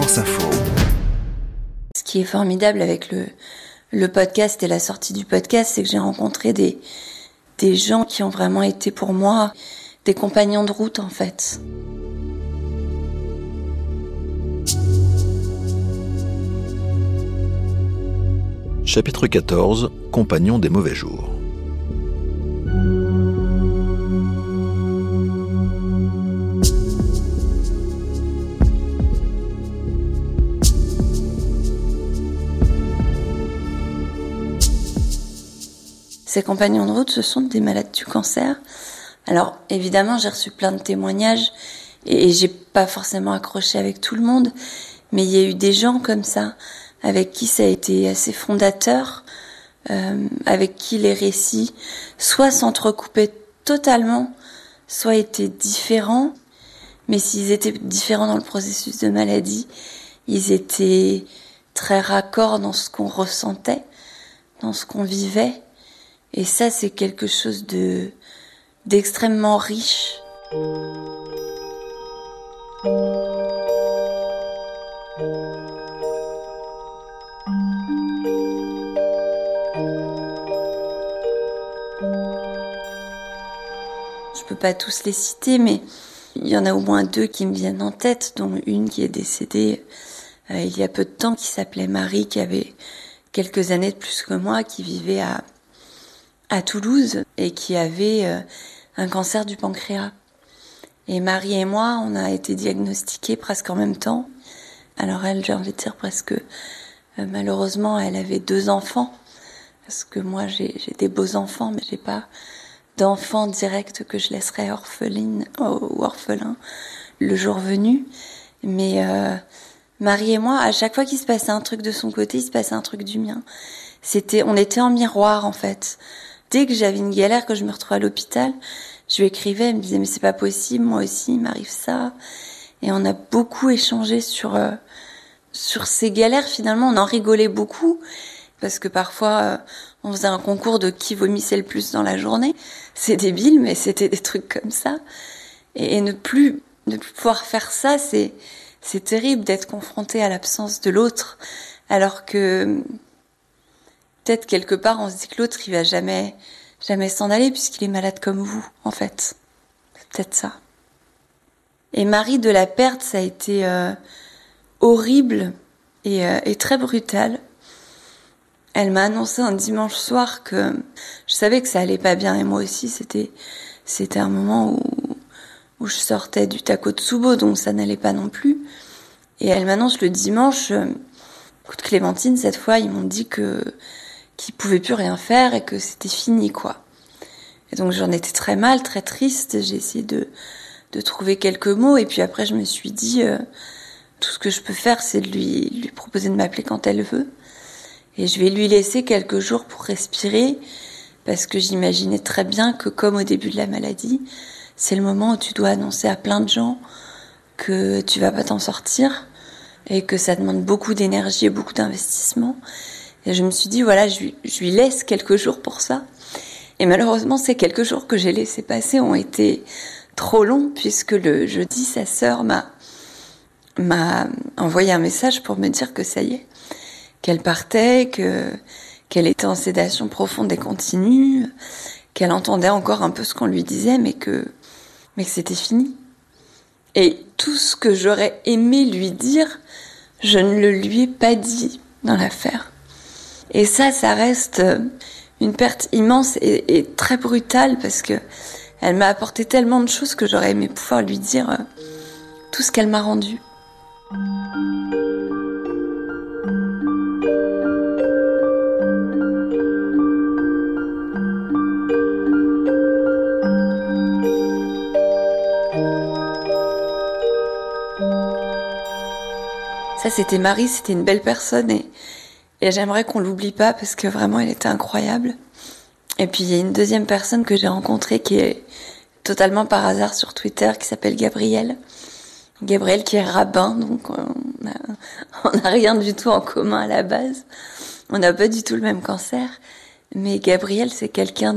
France Info. Ce qui est formidable avec le podcast et la sortie du podcast, c'est que j'ai rencontré des gens qui ont vraiment été pour moi des compagnons de route en fait. Chapitre 14. Compagnons des mauvais jours. Ces compagnons de route, ce sont des malades du cancer. Alors, évidemment, j'ai reçu plein de témoignages et j'ai pas forcément accroché avec tout le monde, mais il y a eu des gens comme ça, avec qui ça a été assez fondateur, avec qui les récits soit s'entrecoupaient totalement, soit étaient différents, mais s'ils étaient différents dans le processus de maladie, ils étaient très raccords dans ce qu'on ressentait, dans ce qu'on vivait. Et ça, c'est quelque chose d'extrêmement riche. Je peux pas tous les citer, mais il y en a au moins 2 qui me viennent en tête, dont une qui est décédée il y a peu de temps, qui s'appelait Marie, qui avait quelques années de plus que moi, qui vivait à Toulouse et qui avait un cancer du pancréas. Et Marie et moi, on a été diagnostiqués presque en même temps. Alors elle, j'ai envie de dire presque, malheureusement, elle avait 2 enfants, parce que moi j'ai des beaux enfants, mais j'ai pas d'enfants directs que je laisserais orpheline ou orphelin le jour venu. Mais Marie et moi, à chaque fois qu'il se passait un truc de son côté, il se passait un truc du mien. On était en miroir en fait. Dès que j'avais une galère, que je me retrouvais à l'hôpital, je lui écrivais, elle me disait mais c'est pas possible, moi aussi il m'arrive ça. Et on a beaucoup échangé sur ces galères. Finalement, on en rigolait beaucoup parce que parfois on faisait un concours de qui vomissait le plus dans la journée. C'est débile, mais c'était des trucs comme ça. Et ne plus pouvoir faire ça, c'est terrible d'être confronté à l'absence de l'autre, alors que peut-être quelque part on se dit que l'autre il va jamais s'en aller puisqu'il est malade comme vous en fait. C'est peut-être ça. Et Marie, de la perte, ça a été horrible et très brutal. Elle m'a annoncé un dimanche soir que je savais que ça allait pas bien et moi aussi c'était un moment où je sortais du Takotsubo, donc ça n'allait pas non plus. Et elle m'annonce le dimanche, écoute Clémentine, cette fois ils m'ont dit qu'ils pouvaient plus rien faire et que c'était fini quoi. Et donc j'en étais très mal, très triste. J'ai essayé de trouver quelques mots et puis après je me suis dit tout ce que je peux faire c'est de lui proposer de m'appeler quand elle veut et je vais lui laisser quelques jours pour respirer parce que j'imaginais très bien que comme au début de la maladie, c'est le moment où tu dois annoncer à plein de gens que tu vas pas t'en sortir et que ça demande beaucoup d'énergie et beaucoup d'investissement. Et je me suis dit, voilà, je lui laisse quelques jours pour ça. Et malheureusement, ces quelques jours que j'ai laissés passer ont été trop longs, puisque le jeudi, sa sœur m'a envoyé un message pour me dire que ça y est, qu'elle partait, qu'elle était en sédation profonde et continue, qu'elle entendait encore un peu ce qu'on lui disait, mais que c'était fini. Et tout ce que j'aurais aimé lui dire, je ne le lui ai pas dit dans l'affaire. Et ça reste une perte immense et très brutale parce que elle m'a apporté tellement de choses que j'aurais aimé pouvoir lui dire tout ce qu'elle m'a rendu. Ça, c'était Marie, c'était une belle personne et j'aimerais qu'on l'oublie pas parce que vraiment, elle était incroyable. Et puis, il y a une deuxième personne que j'ai rencontrée qui est totalement par hasard sur Twitter, qui s'appelle Gabriel. Gabriel qui est rabbin, donc on n'a rien du tout en commun à la base. On n'a pas du tout le même cancer. Mais Gabriel, c'est quelqu'un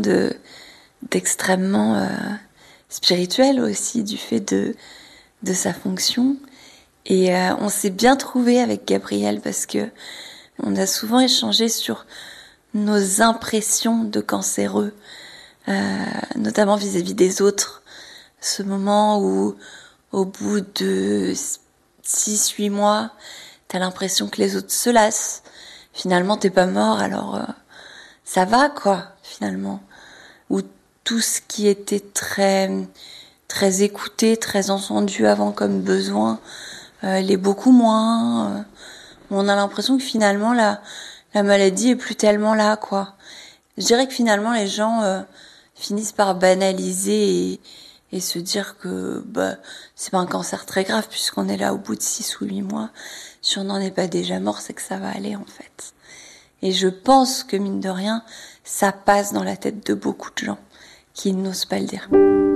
d'extrêmement spirituel aussi, du fait de sa fonction. Et on s'est bien trouvé avec Gabriel parce que on a souvent échangé sur nos impressions de cancéreux, notamment vis-à-vis des autres. Ce moment où, au bout de 6-8 mois, t'as l'impression que les autres se lassent. Finalement, t'es pas mort, alors ça va, quoi, finalement. Où tout ce qui était très, très écouté, très entendu avant comme besoin, l'est beaucoup moins. On a l'impression que finalement, la maladie est plus tellement là, quoi. Je dirais que finalement, les gens finissent par banaliser et se dire que c'est pas un cancer très grave puisqu'on est là au bout de 6 ou 8 mois. Si on n'en est pas déjà mort, c'est que ça va aller, en fait. Et je pense que, mine de rien, ça passe dans la tête de beaucoup de gens qui n'osent pas le dire.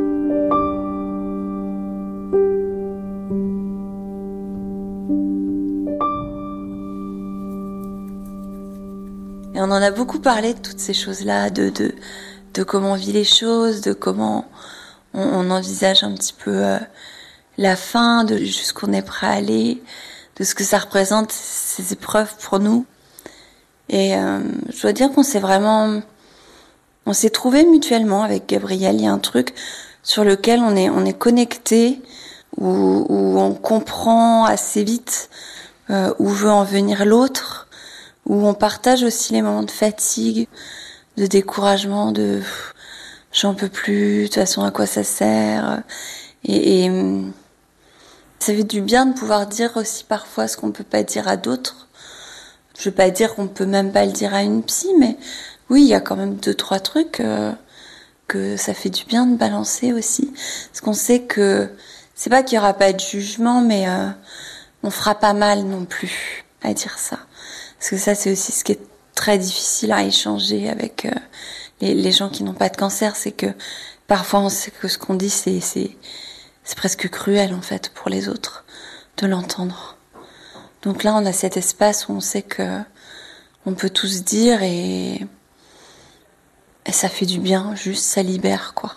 Et on en a beaucoup parlé de toutes ces choses-là, de comment on vit les choses, de comment on envisage un petit peu la fin, de jusqu'où on est prêt à aller, de ce que ça représente, ces épreuves pour nous. Et je dois dire qu'on on s'est trouvés mutuellement avec Gabriel. Il y a un truc sur lequel on est connectés, où on comprend assez vite où veut en venir l'autre, où on partage aussi les moments de fatigue, de découragement, de j'en peux plus, de toute façon à quoi ça sert. Et ça fait du bien de pouvoir dire aussi parfois ce qu'on peut pas dire à d'autres. Je veux pas dire qu'on peut même pas le dire à une psy, mais oui, il y a quand même 2-3 trucs que ça fait du bien de balancer aussi. Parce qu'on sait que c'est pas qu'il y aura pas de jugement, mais on fera pas mal non plus à dire ça. Parce que ça, c'est aussi ce qui est très difficile à échanger avec les gens qui n'ont pas de cancer, c'est que parfois on sait que ce qu'on dit, c'est presque cruel en fait pour les autres de l'entendre. Donc là, on a cet espace où on sait que on peut tout se dire et ça fait du bien, juste ça libère, quoi.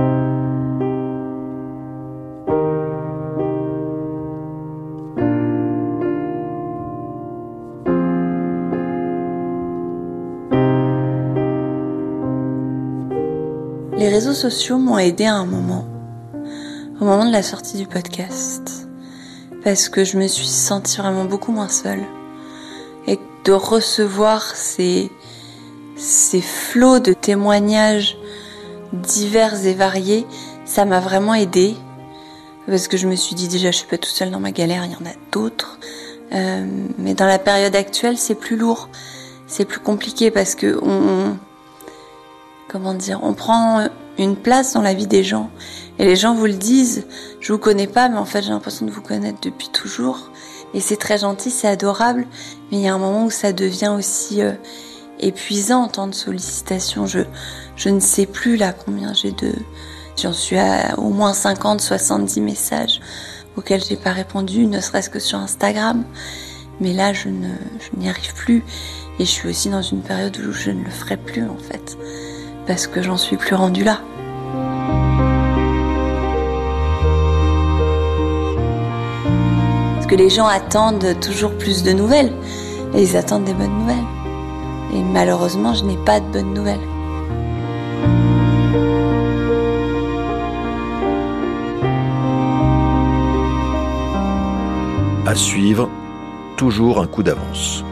Les réseaux sociaux m'ont aidé à un moment, au moment de la sortie du podcast, parce que je me suis sentie vraiment beaucoup moins seule. Et de recevoir ces flots de témoignages divers et variés, ça m'a vraiment aidée. Parce que je me suis dit déjà, je suis pas toute seule dans ma galère, il y en a d'autres. Mais dans la période actuelle, c'est plus lourd, c'est plus compliqué parce que on prend une place dans la vie des gens. Et les gens vous le disent, je vous connais pas, mais en fait j'ai l'impression de vous connaître depuis toujours. Et c'est très gentil, c'est adorable, mais il y a un moment où ça devient aussi épuisant, tant de sollicitations. Je ne sais plus là combien j'en suis à au moins 50-70 messages auxquels j'ai pas répondu, ne serait-ce que sur Instagram. Mais là, je n'y arrive plus. Et je suis aussi dans une période où je ne le ferai plus, en fait. Parce que j'en suis plus rendue là. Parce que les gens attendent toujours plus de nouvelles. Et ils attendent des bonnes nouvelles. Et malheureusement, je n'ai pas de bonnes nouvelles. À suivre, toujours un coup d'avance.